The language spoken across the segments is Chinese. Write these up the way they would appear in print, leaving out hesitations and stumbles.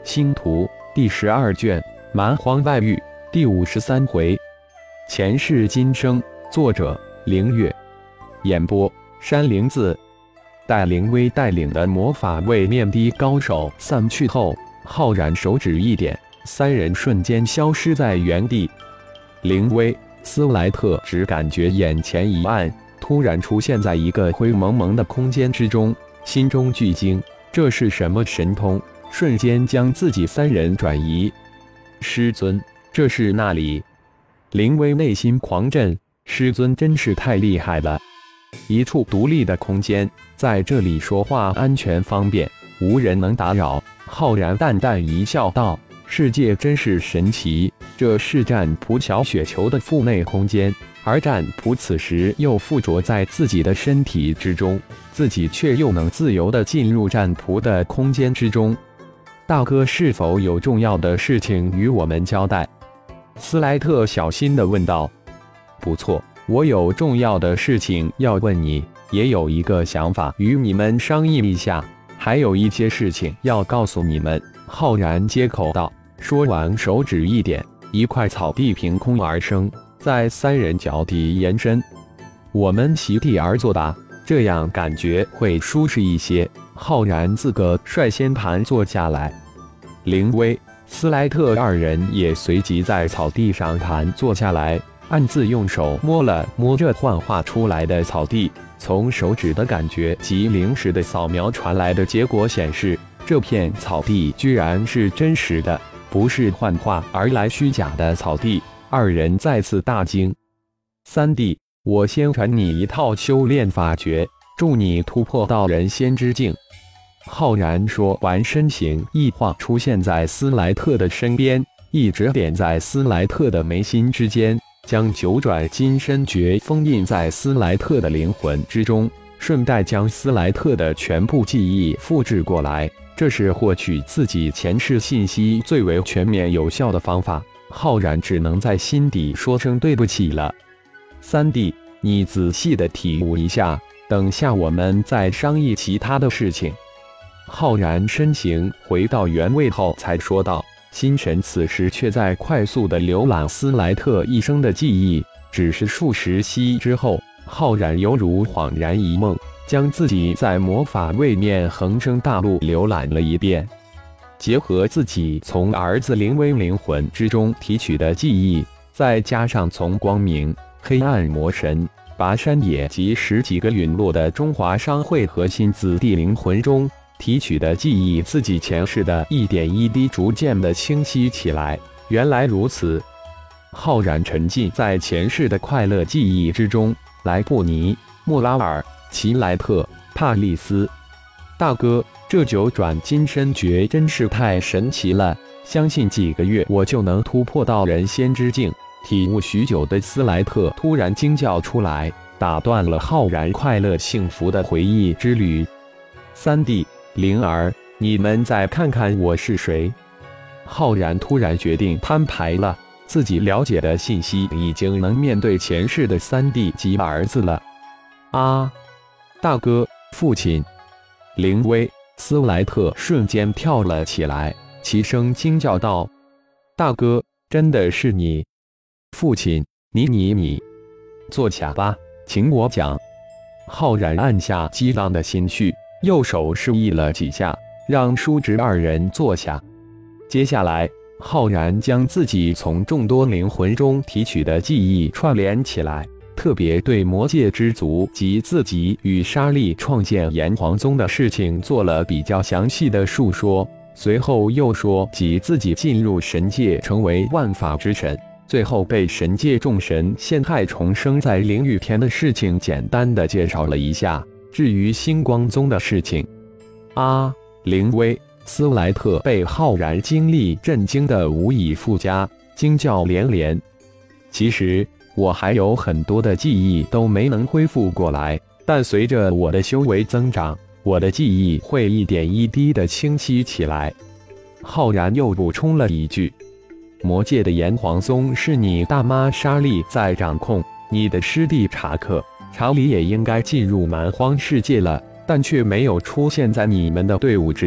星图第12卷蛮荒外域第53回。前世今生，作者凌月，演播山灵子。待凌威带领的魔法位面的高手散去后，浩然手指一点，三人瞬间消失在原地。凌威、斯莱特只感觉眼前一暗，突然出现在一个灰蒙蒙的空间之中，心中巨惊，这是什么神通？瞬间将自己三人转移。师尊，这是那里？凌威内心狂震，师尊真是太厉害了！一处独立的空间，在这里说话安全方便，无人能打扰。浩然淡淡一笑道：“世界真是神奇，这是战仆小雪球的腹内空间，而战仆此时又附着在自己的身体之中，自己却又能自由地进入战仆的空间之中。大哥是否有重要的事情与我们交代？”斯莱特小心地问道。“不错，我有重要的事情要问你，也有一个想法与你们商议一下，还有一些事情要告诉你们。”浩然接口道。说完手指一点，一块草地凭空而生，在三人脚底延伸。我们席地而坐吧，这样感觉会舒适一些。浩然自个率先盘坐下来，凌威、斯莱特二人也随即在草地上盘坐下来，暗自用手摸了摸这幻化出来的草地。从手指的感觉及灵石的扫描传来的结果显示，这片草地居然是真实的，不是幻化而来虚假的草地。二人再次大惊。三弟，我先传你一套修炼法诀，助你突破到人仙之境。浩然说完，身形一晃出现在斯莱特的身边，一指点在斯莱特的眉心之间，将九转金身诀封印在斯莱特的灵魂之中，顺带将斯莱特的全部记忆复制过来。这是获取自己前世信息最为全面有效的方法。浩然只能在心底说声对不起了。三弟，你仔细的体悟一下，等下我们再商议其他的事情。浩然身形回到原位后才说道，心神此时却在快速的浏览斯莱特一生的记忆。只是数十息之后，浩然犹如恍然一梦，将自己在魔法位面恒生大陆浏览了一遍，结合自己从儿子凌威灵魂之中提取的记忆，再加上从光明、黑暗魔神、拔山野及10几个陨落的中华商会核心子弟灵魂中提取的记忆，自己前世的一点一滴逐渐的清晰起来。原来如此。浩然沉浸在前世的快乐记忆之中。莱布尼、莫拉尔、齐莱特、帕利斯，大哥，这九转金身诀真是太神奇了，相信几个月我就能突破到人仙之境。体悟许久的斯莱特突然惊叫出来，打断了浩然快乐幸福的回忆之旅。三弟、灵儿，你们再看看我是谁？浩然突然决定摊牌了，自己了解的信息已经能面对前世的三弟及儿子了。啊！大哥，父亲！凌威、斯莱特瞬间跳了起来，齐声惊叫道：“大哥，真的是你！父亲，你！坐下吧，请我讲。”浩然按下激荡的心绪，右手示意了几下，让叔侄二人坐下。接下来，浩然将自己从众多灵魂中提取的记忆串联起来，特别对魔界之族及自己与沙利创建炎黄宗的事情做了比较详细的述说。随后又说及自己进入神界成为万法之神，最后被神界众神陷害重生在灵雨天的事情简单的介绍了一下。至于星光宗的事情，凌威、斯莱特被浩然经历震惊的无以复加，惊叫连连。其实我还有很多的记忆都没能恢复过来，但随着我的修为增长，我的记忆会一点一滴的清晰起来。浩然又补充了一句，魔界的炎黄宗是你大妈莎莉在掌控，你的师弟查理也应该进入蛮荒世界了，但却没有出现在你们的队伍之中。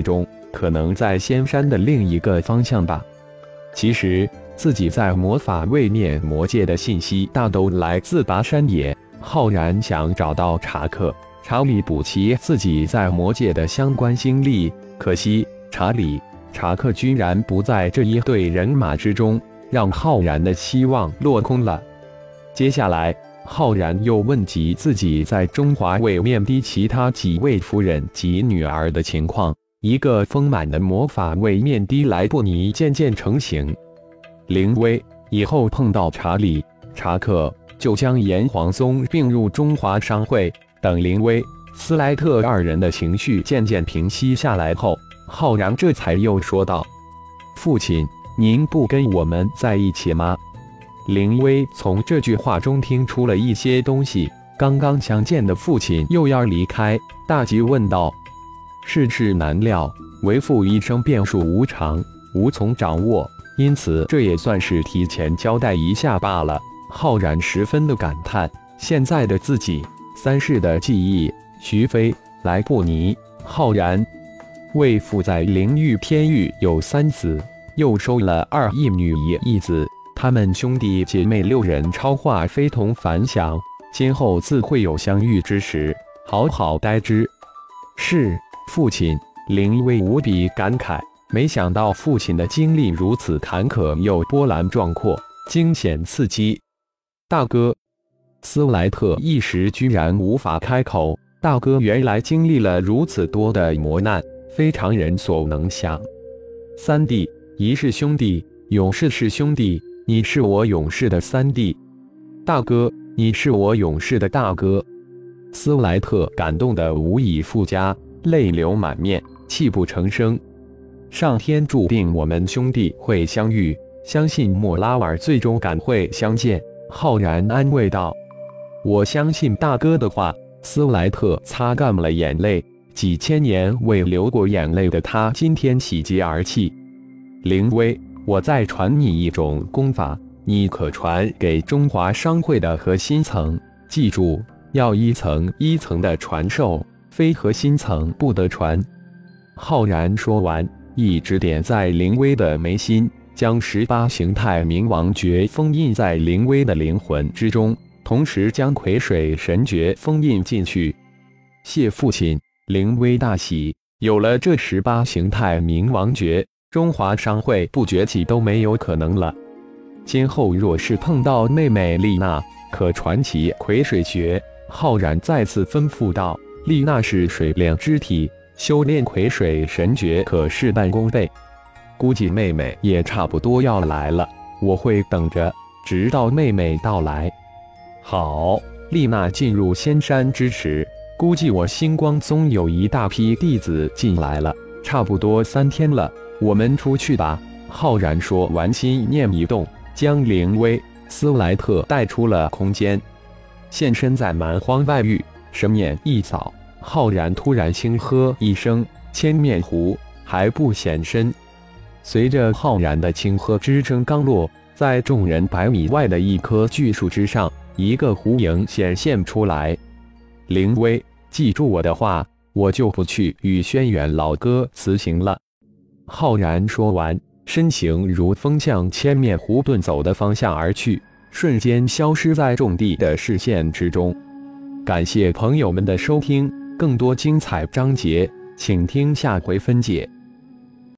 可能在仙山的另一个方向吧。其实自己在魔法位面魔界的信息大都来自跋山野。浩然想找到查克、查理补齐自己在魔界的相关经历，可惜查理、查克居然不在这一队人马之中，让浩然的希望落空了。接下来，浩然又问及自己在中华位面的其他几位夫人及女儿的情况。一个丰满的魔法位面的莱布尼渐渐成型。灵威以后碰到查理、查克，就将炎黄宗并入中华商会。等灵威、斯莱特二人的情绪渐渐平息下来后，浩然这才又说道：“父亲，您不跟我们在一起吗？”灵威从这句话中听出了一些东西。刚刚相见的父亲又要离开，大急问道：“世事难料，为父一生变数无常，无从掌握，因此这也算是提前交代一下罢了。”浩然十分的感叹，现在的自己，三世的记忆，徐飞、莱布尼、浩然，为父在灵域天域有3子，又收了2一女1子，他们兄弟姐妹6人超化非同凡响，今后自会有相遇之时，好好待之。是父亲。灵威无比感慨，没想到父亲的经历如此坎坷又波澜壮阔，惊险刺激。大哥，斯莱特一时居然无法开口。大哥原来经历了如此多的磨难，非常人所能想。3弟，一是兄弟，勇士是兄弟，你是我勇士的3弟。大哥，你是我勇士的大哥。斯莱特感动得无以复加，泪流满面，泣不成声。上天注定我们兄弟会相遇，相信莫拉尔最终赶会相见。浩然安慰道：“我相信大哥的话。”斯莱特擦干了眼泪，几千年未流过眼泪的他今天喜极而泣。灵威，我再传你一种功法，你可传给中华商会的核心层，记住，要一层一层的传授，非核心层不得传。浩然说完，一指点在灵威的眉心，将18形态冥王诀封印在灵威的灵魂之中，同时将癸水神诀封印进去。谢父亲！灵威大喜，有了这18形态冥王诀，中华商会不崛起都没有可能了。今后若是碰到妹妹丽娜，可传其癸水诀。浩然再次吩咐道：“丽娜是水炼之体，修炼癸水神诀可事半功倍。估计妹妹也差不多要来了，我会等着，直到妹妹到来。”好，丽娜进入仙山之时，估计我星光宗有一大批弟子进来了，差不多3天了，我们出去吧。浩然说完，心念一动，将灵威、斯莱特带出了空间，现身在蛮荒外域。神念一扫，浩然突然轻喝一声：“千面狐，还不显身！”随着浩然的轻喝之声刚落，在众人100米外的一棵巨树之上，一个狐影显现出来。灵威，记住我的话，我就不去与轩辕老哥辞行了。浩然说完，身形如风向千面狐遁走的方向而去，瞬间消失在众地的视线之中。感谢朋友们的收听，更多精彩章节，请听下回分解。